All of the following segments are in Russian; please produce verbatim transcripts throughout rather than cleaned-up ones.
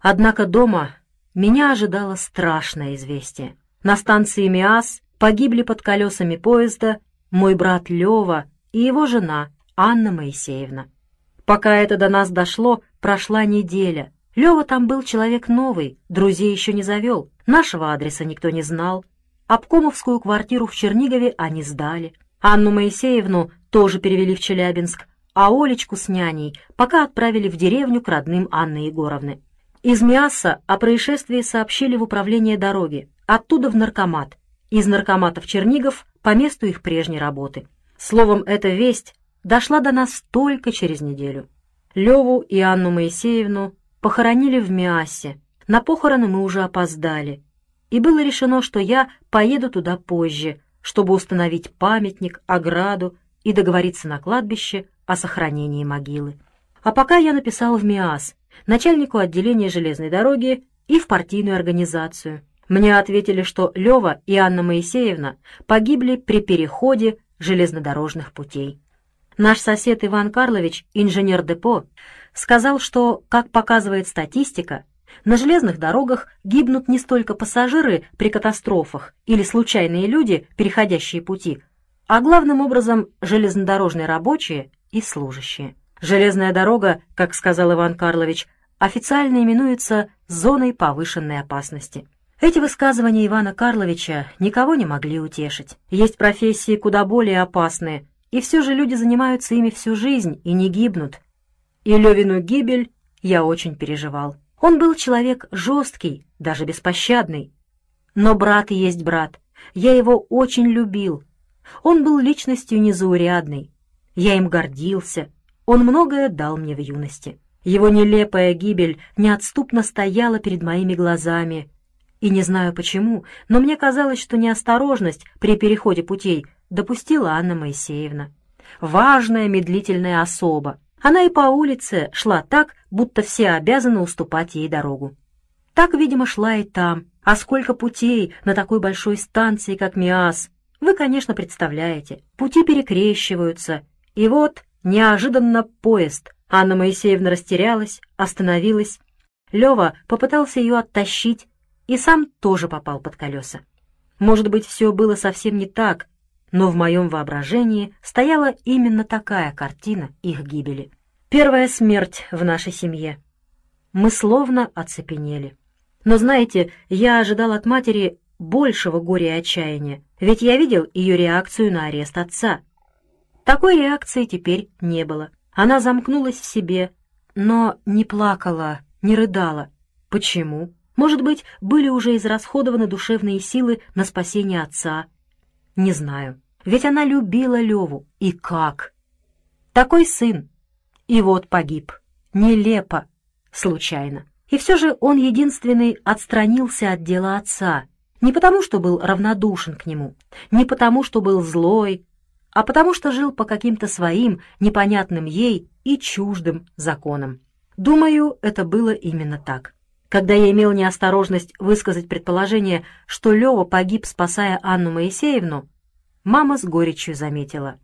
Однако дома меня ожидало страшное известие. На станции Миас погибли под колесами поезда мой брат Лёва и его жена Анна Моисеевна. Пока это до нас дошло, прошла неделя. Лёва там был человек новый, друзей еще не завел, нашего адреса никто не знал. Обкомовскую квартиру в Чернигове они сдали. Анну Моисеевну тоже перевели в Челябинск, а Олечку с няней пока отправили в деревню к родным Анны Егоровны. Из Миаса о происшествии сообщили в управление дороги, оттуда в наркомат, из наркомата в Чернигов по месту их прежней работы. Словом, эта весть дошла до нас только через неделю. Леву и Анну Моисеевну похоронили в Миасе. На похороны мы уже опоздали, и было решено, что я поеду туда позже, чтобы установить памятник, ограду и договориться на кладбище о сохранении могилы. А пока я написал в Миас, начальнику отделения железной дороги и в партийную организацию. Мне ответили, что Лева и Анна Моисеевна погибли при переходе железнодорожных путей. Наш сосед Иван Карлович, инженер депо, сказал, что, как показывает статистика, на железных дорогах гибнут не столько пассажиры при катастрофах или случайные люди, переходящие пути, а главным образом железнодорожные рабочие и служащие. Железная дорога, как сказал Иван Карлович, официально именуется зоной повышенной опасности. Эти высказывания Ивана Карловича никого не могли утешить. Есть профессии куда более опасные, и все же люди занимаются ими всю жизнь и не гибнут. И Левину гибель я очень переживал. Он был человек жесткий, даже беспощадный. Но брат есть брат. Я его очень любил. Он был личностью незаурядной. Я им гордился. Он многое дал мне в юности. Его нелепая гибель неотступно стояла перед моими глазами. И не знаю почему, но мне казалось, что неосторожность при переходе путей допустила Анна Моисеевна. Важная медлительная особа. Она и по улице шла так, будто все обязаны уступать ей дорогу. Так, видимо, шла и там. А сколько путей на такой большой станции, как Миас. Вы, конечно, представляете. Пути перекрещиваются. И вот неожиданно поезд. Анна Моисеевна растерялась, остановилась. Лева попытался ее оттащить и сам тоже попал под колеса. Может быть, все было совсем не так, но в моем воображении стояла именно такая картина их гибели. Первая смерть в нашей семье. Мы словно оцепенели. Но знаете, я ожидал от матери большего горя и отчаяния, ведь я видел ее реакцию на арест отца. Такой реакции теперь не было. Она замкнулась в себе, но не плакала, не рыдала. Почему? Может быть, были уже израсходованы душевные силы на спасение отца? Не знаю. Ведь она любила Леву. И как? Такой сын. И вот погиб. Нелепо. Случайно. И все же он единственный отстранился от дела отца. Не потому, что был равнодушен к нему, не потому, что был злой, а потому, что жил по каким-то своим, непонятным ей и чуждым законам. Думаю, это было именно так. Когда я имел неосторожность высказать предположение, что Лева погиб, спасая Анну Моисеевну, мама с горечью заметила.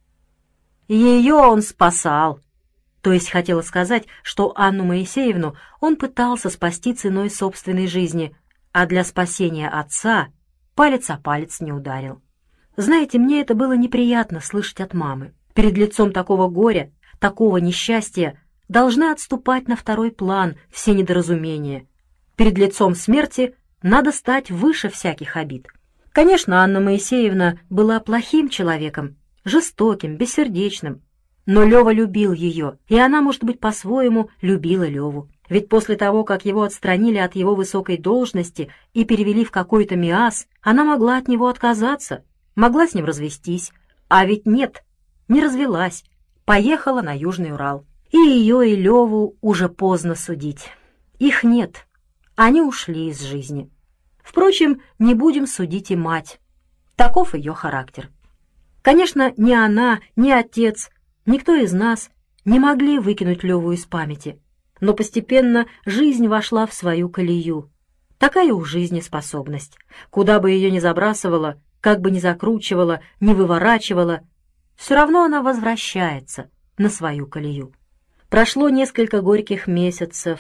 Ее он спасал. То есть хотела сказать, что Анну Моисеевну он пытался спасти ценой собственной жизни, а для спасения отца палец о палец не ударил. Знаете, мне это было неприятно слышать от мамы. Перед лицом такого горя, такого несчастья должны отступать на второй план все недоразумения. Перед лицом смерти надо стать выше всяких обид. Конечно, Анна Моисеевна была плохим человеком, жестоким, бессердечным. Но Лева любил ее, и она, может быть, по-своему любила Леву. Ведь после того, как его отстранили от его высокой должности и перевели в какой-то Миас, она могла от него отказаться, могла с ним развестись. А ведь нет, не развелась, поехала на Южный Урал. И ее, и Леву уже поздно судить. Их нет, они ушли из жизни. Впрочем, не будем судить и мать. Таков ее характер. Конечно, ни она, ни отец, никто из нас не могли выкинуть Леву из памяти. Но постепенно жизнь вошла в свою колею. Такая у жизни способность. Куда бы ее ни забрасывала, как бы ни закручивала, ни выворачивала, все равно она возвращается на свою колею. Прошло несколько горьких месяцев.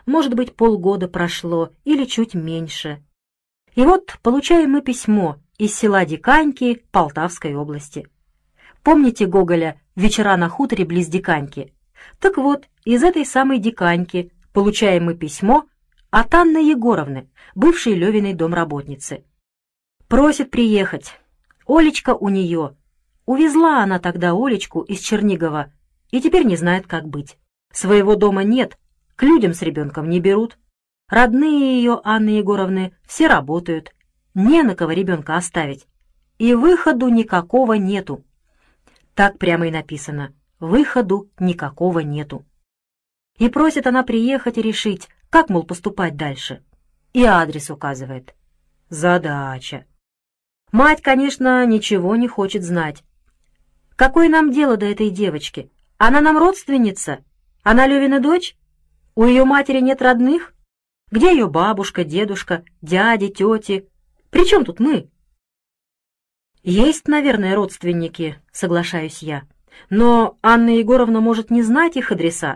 может быть, полгода прошло или чуть меньше. И вот получаем мы письмо из села Диканьки Полтавской области. Помните Гоголя «Вечера на хуторе близ Диканьки»? Так вот, из этой самой Диканьки получаем мы письмо от Анны Егоровны, бывшей Левиной домработницы. Просит приехать. Олечка у нее. Увезла она тогда Олечку из Чернигова и теперь не знает, как быть. Своего дома нет, к людям с ребенком не берут. Родные ее, Анны Егоровны, все работают. Не на кого ребенка оставить. И выходу никакого нету. Так прямо и написано. Выходу никакого нету. И просит она приехать и решить, как, мол, поступать дальше. И адрес указывает. Задача. Мать, конечно, ничего не хочет знать. Какое нам дело до этой девочки? Она нам родственница? Она Левина дочь? У ее матери нет родных? Где ее бабушка, дедушка, дяди, тети? При чем тут мы? Есть, наверное, родственники, соглашаюсь я. Но Анна Егоровна может не знать их адреса.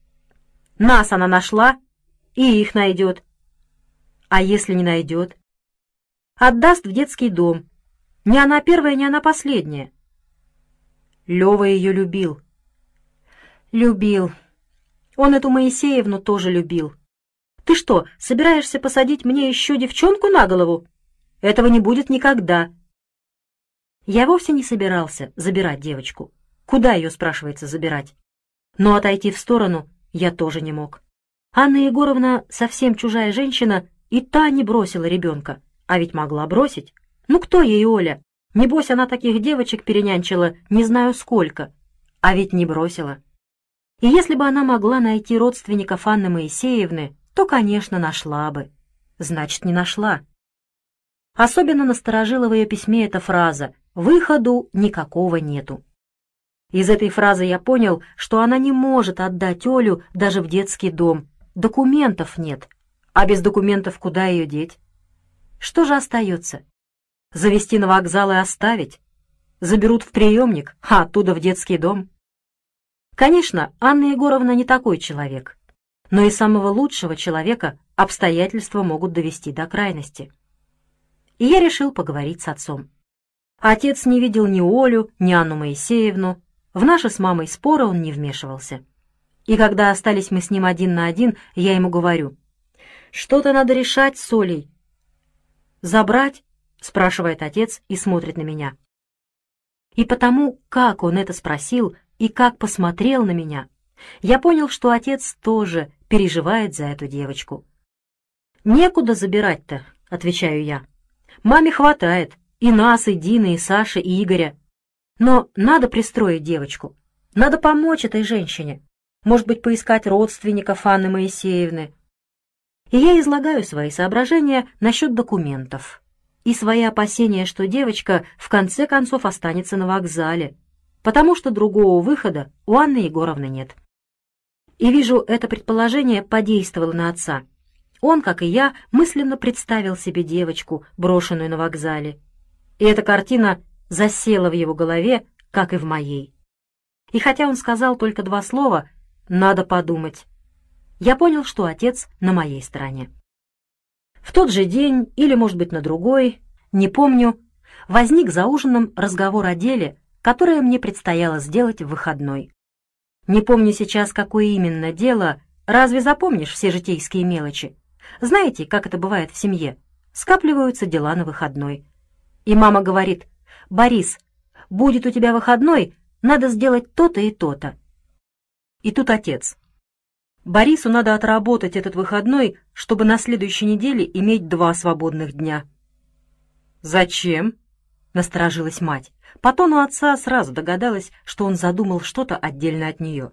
Нас она нашла, и их найдет. А если не найдет? Отдаст в детский дом. Не она первая, не она последняя. Лева ее любил. Любил. Он эту Моисеевну тоже любил. Ты что, собираешься посадить мне еще девчонку на голову? Этого не будет никогда. Я вовсе не собирался забирать девочку. Куда ее, спрашивается, забирать? Но отойти в сторону я тоже не мог. Анна Егоровна совсем чужая женщина, и та не бросила ребенка. А ведь могла бросить. Ну кто ей Оля? Небось, она таких девочек перенянчила не знаю сколько. А ведь не бросила. И если бы она могла найти родственников Анны Моисеевны, то, конечно, нашла бы. Значит, не нашла. Особенно насторожила в ее письме эта фраза «Выходу никакого нету». Из этой фразы я понял, что она не может отдать Олю даже в детский дом. Документов нет. А без документов куда ее деть? Что же остается? Завести на вокзал и оставить? Заберут в приемник, а оттуда в детский дом? Конечно, Анна Егоровна не такой человек. Но и самого лучшего человека обстоятельства могут довести до крайности. И я решил поговорить с отцом. Отец не видел ни Олю, ни Анну Моисеевну. В наши с мамой споры он не вмешивался. И когда остались мы с ним один на один, я ему говорю: «Что-то надо решать с Олей». «Забрать?» — спрашивает отец и смотрит на меня. И потому, как он это спросил и как посмотрел на меня, я понял, что отец тоже переживает за эту девочку. «Некуда забирать-то», — отвечаю я. «Маме хватает и нас, и Дины, и Саши, и Игоря. Но надо пристроить девочку. Надо помочь этой женщине. Может быть, поискать родственников Анны Моисеевны». И я излагаю свои соображения насчет документов и свои опасения, что девочка в конце концов останется на вокзале, потому что другого выхода у Анны Егоровны нет. И вижу, это предположение подействовало на отца. Он, как и я, мысленно представил себе девочку, брошенную на вокзале. И эта картина засела в его голове, как и в моей. И хотя он сказал только два слова «надо подумать», я понял, что отец на моей стороне. В тот же день, или, может быть, на другой, не помню, возник за ужином разговор о деле, которое мне предстояло сделать в выходной. Не помню сейчас, какое именно дело, разве запомнишь все житейские мелочи? Знаете, как это бывает в семье? Скапливаются дела на выходной. И мама говорит: «Борис, будет у тебя выходной, надо сделать то-то и то-то». И тут отец: «Борису надо отработать этот выходной, чтобы на следующей неделе иметь два свободных дня». «Зачем?» — насторожилась мать. По тону отца сразу догадалась, что он задумал что-то отдельно от нее.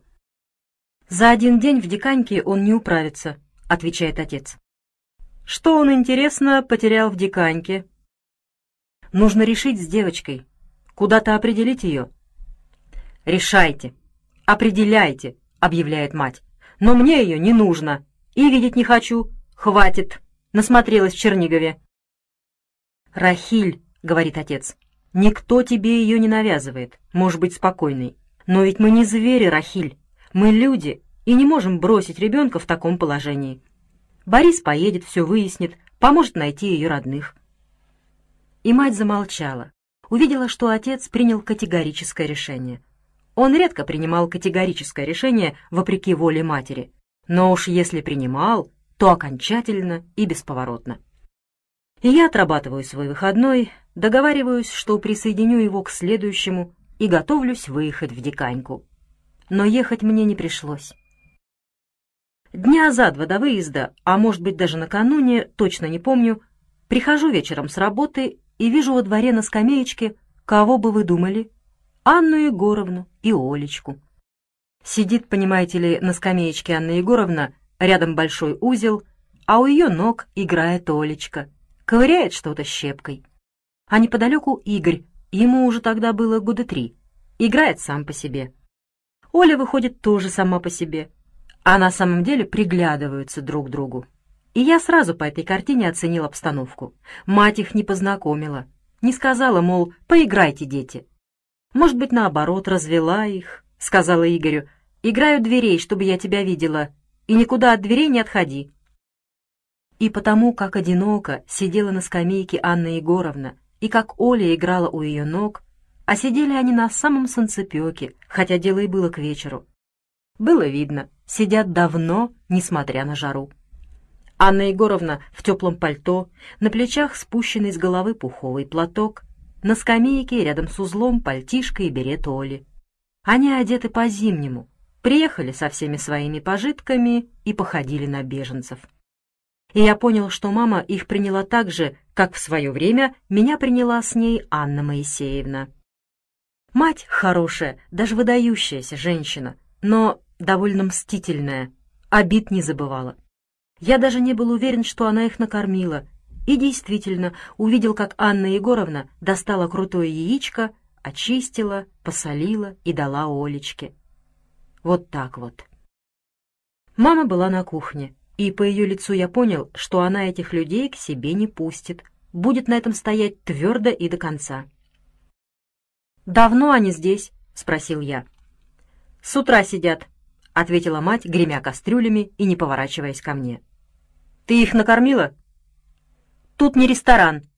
«За один день в Диканьке он не управится», — отвечает отец. «Что он, интересно, потерял в Диканьке?» «Нужно решить с девочкой. Куда-то определить ее». «Решайте, определяйте», — объявляет мать. «Но мне ее не нужно. И видеть не хочу. Хватит. Насмотрелась в Чернигове». «Рахиль», — говорит отец, — «никто тебе ее не навязывает. Можешь быть спокойной. Но ведь мы не звери, Рахиль. Мы люди, и не можем бросить ребенка в таком положении. Борис поедет, все выяснит, поможет найти ее родных». И мать замолчала, увидела, что отец принял категорическое решение. Он редко принимал категорическое решение вопреки воле матери, но уж если принимал, то окончательно и бесповоротно. И я отрабатываю свой выходной, договариваюсь, что присоединю его к следующему и готовлюсь выехать в Диканьку. Но ехать мне не пришлось. Дня за два до выезда, а может быть даже накануне, точно не помню, прихожу вечером с работы и вижу во дворе на скамеечке, кого бы вы думали, Анну Егоровну и Олечку. Сидит, понимаете ли, на скамеечке Анна Егоровна, рядом большой узел, а у ее ног играет Олечка, ковыряет что-то щепкой. А неподалеку Игорь, ему уже тогда было года три, играет сам по себе. Оля выходит тоже сама по себе, а на самом деле приглядываются друг к другу. И я сразу по этой картине оценил обстановку. Мать их не познакомила, не сказала, мол, поиграйте, дети. Может быть, наоборот, развела их, сказала Игорю, играй у дверей, чтобы я тебя видела, и никуда от дверей не отходи. И потому, как одиноко сидела на скамейке Анна Егоровна, и как Оля играла у ее ног, а сидели они на самом санцепёке, хотя дело и было к вечеру. Было видно, сидят давно, несмотря на жару. Анна Егоровна в теплом пальто, на плечах спущенный с головы пуховый платок, на скамейке рядом с узлом пальтишко и берет Оли. Они одеты по-зимнему, приехали со всеми своими пожитками и походили на беженцев. И я понял, что мама их приняла так же, как в свое время меня приняла с ней Анна Моисеевна. Мать хорошая, даже выдающаяся женщина, но довольно мстительная, обид не забывала. Я даже не был уверен, что она их накормила, и действительно увидел, как Анна Егоровна достала крутое яичко, очистила, посолила и дала Олечке. Вот так вот. Мама была на кухне, и по ее лицу я понял, что она этих людей к себе не пустит, будет на этом стоять твердо и до конца. «Давно они здесь?» — спросил я. «С утра сидят», — ответила мать, гремя кастрюлями и не поворачиваясь ко мне. «Ты их накормила?» «Тут не ресторан».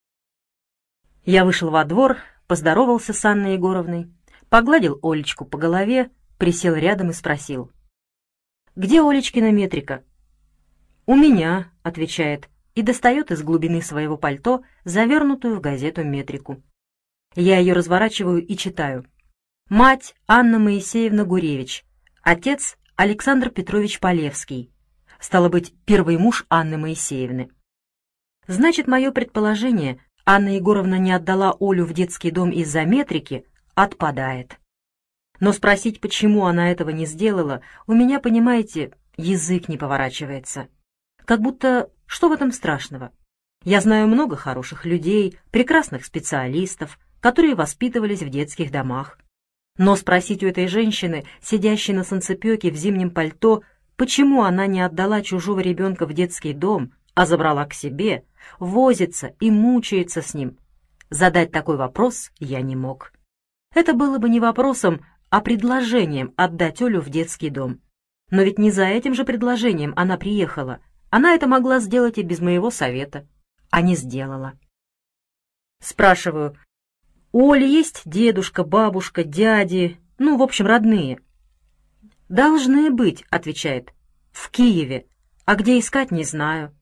Я вышел во двор, поздоровался с Анной Егоровной, погладил Олечку по голове, присел рядом и спросил. «Где Олечкина метрика?» «У меня», — отвечает, и достает из глубины своего пальто завернутую в газету метрику. Я ее разворачиваю и читаю. Мать Анна Моисеевна Гуревич, отец Александр Петрович Полевский. Стало быть, первый муж Анны Моисеевны. Значит, мое предположение, Анна Егоровна не отдала Олю в детский дом из-за метрики, отпадает. Но спросить, почему она этого не сделала, у меня, понимаете, язык не поворачивается. Как будто, что в этом страшного? Я знаю много хороших людей, прекрасных специалистов, которые воспитывались в детских домах. Но спросить у этой женщины, сидящей на санцепёке в зимнем пальто, почему она не отдала чужого ребенка в детский дом, а забрала к себе, возится и мучается с ним, задать такой вопрос я не мог. Это было бы не вопросом, а предложением отдать Олю в детский дом. Но ведь не за этим же предложением она приехала. Она это могла сделать и без моего совета, а не сделала. Спрашиваю, у Оли есть дедушка, бабушка, дяди, ну, в общем, родные? «Должны быть», — отвечает, — «в Киеве, а где искать, не знаю».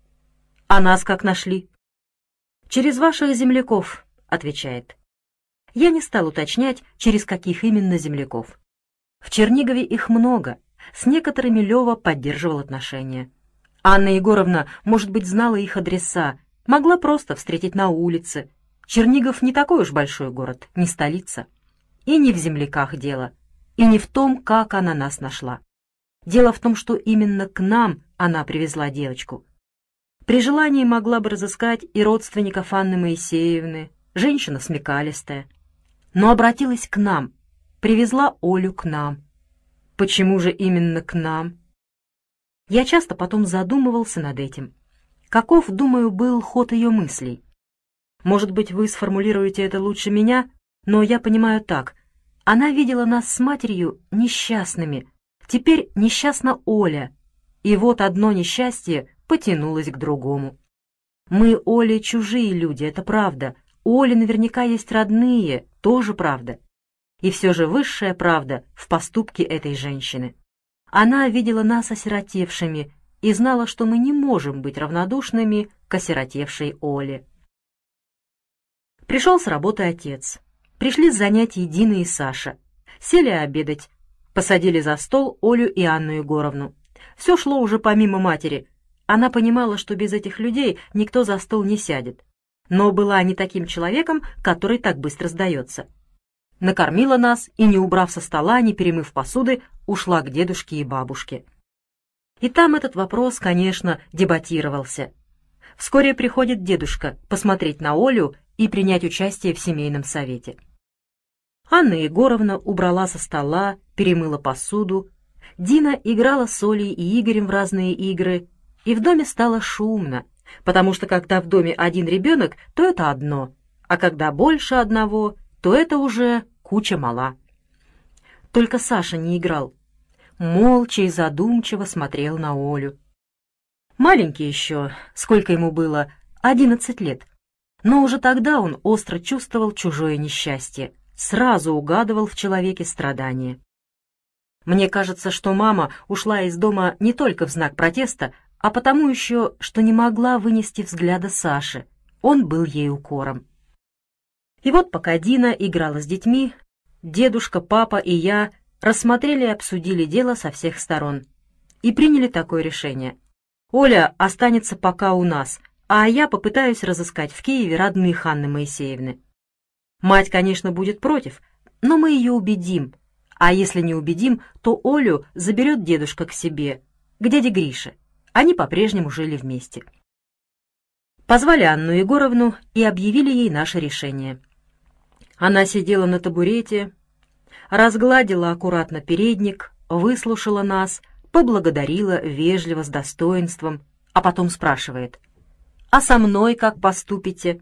«А нас как нашли?» «Через ваших земляков», — отвечает. Я не стал уточнять, через каких именно земляков. В Чернигове их много, с некоторыми Лёва поддерживал отношения. Анна Егоровна, может быть, знала их адреса, могла просто встретить на улице. Чернигов не такой уж большой город, не столица. И не в земляках дело, и не в том, как она нас нашла. Дело в том, что именно к нам она привезла девочку. При желании могла бы разыскать и родственников Анны Моисеевны, женщина смекалистая. Но обратилась к нам, привезла Олю к нам. Почему же именно к нам? Я часто потом задумывался над этим. Каков, думаю, был ход ее мыслей? Может быть, вы сформулируете это лучше меня, но я понимаю так. Она видела нас с матерью несчастными, Теперь несчастна Оля, и вот одно несчастье потянулось к другому. Мы Оле чужие люди, это правда. У Оли наверняка есть родные, тоже правда. И все же высшая правда в поступке этой женщины. Она видела нас осиротевшими и знала, что мы не можем быть равнодушными к осиротевшей Оле. Пришел с работы отец. Пришли с занятий Дина и Саша. Сели обедать. Посадили за стол Олю и Анну Егоровну. Все шло уже помимо матери. Она понимала, что без этих людей никто за стол не сядет. Но была не таким человеком, который так быстро сдается. Накормила нас и, не убрав со стола, не перемыв посуды, ушла к дедушке и бабушке. И там этот вопрос, конечно, дебатировался. Вскоре приходит дедушка посмотреть на Олю и принять участие в семейном совете. Анна Егоровна убрала со стола, перемыла посуду. Дина играла с Олей и Игорем в разные игры, и в доме стало шумно, потому что когда в доме один ребенок, то это одно, а когда больше одного, то это уже куча мала. Только Саша не играл. Молча и задумчиво смотрел на Олю. Маленький еще, сколько ему было, одиннадцать лет. Но уже тогда он остро чувствовал чужое несчастье, сразу угадывал в человеке страдания. Мне кажется, что мама ушла из дома не только в знак протеста, а потому еще, что не могла вынести взгляда Саши. Он был ей укором. И вот пока Дина играла с детьми, дедушка, папа и я рассмотрели и обсудили дело со всех сторон. И приняли такое решение. Оля останется пока у нас, а я попытаюсь разыскать в Киеве родных Анны Моисеевны. Мать, конечно, будет против, но мы ее убедим. А если не убедим, то Олю заберет дедушка к себе, к дяде Грише. Они по-прежнему жили вместе. Позвали Анну Егоровну и объявили ей наше решение. Она сидела на табурете, разгладила аккуратно передник, выслушала нас, поблагодарила вежливо, с достоинством, а потом спрашивает: «А со мной как поступите?»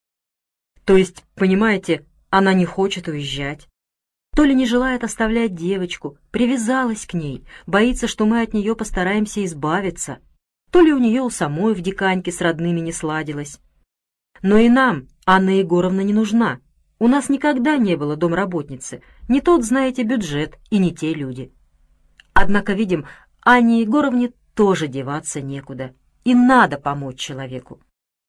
То есть, понимаете, она не хочет уезжать. То ли не желает оставлять девочку, привязалась к ней, боится, что мы от нее постараемся избавиться, то ли у нее у самой в диканьке с родными не сладилось. Но и нам Анна Егоровна не нужна. У нас никогда не было домработницы, не тот, знаете, бюджет и не те люди. Однако, видим, Анне Егоровне тоже деваться некуда, и надо помочь человеку.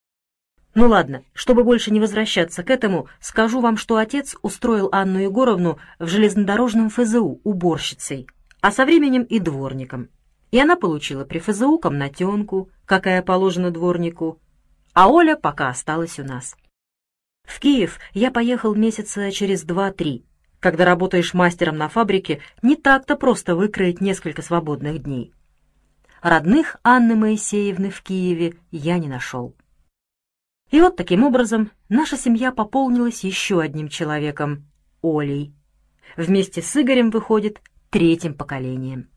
Ну ладно, чтобы больше не возвращаться к этому, скажу вам, что отец устроил Анну Егоровну в железнодорожном эф зэ у уборщицей, а со временем и дворником. И она получила при эф зэ у комнатенку, какая положена дворнику, а Оля пока осталась у нас. В Киев я поехал месяца через два-три. Когда работаешь мастером на фабрике, не так-то просто выкроить несколько свободных дней. Родных Анны Моисеевны в Киеве я не нашел. И вот таким образом наша семья пополнилась еще одним человеком — Олей. Вместе с Игорем выходит третьим поколением.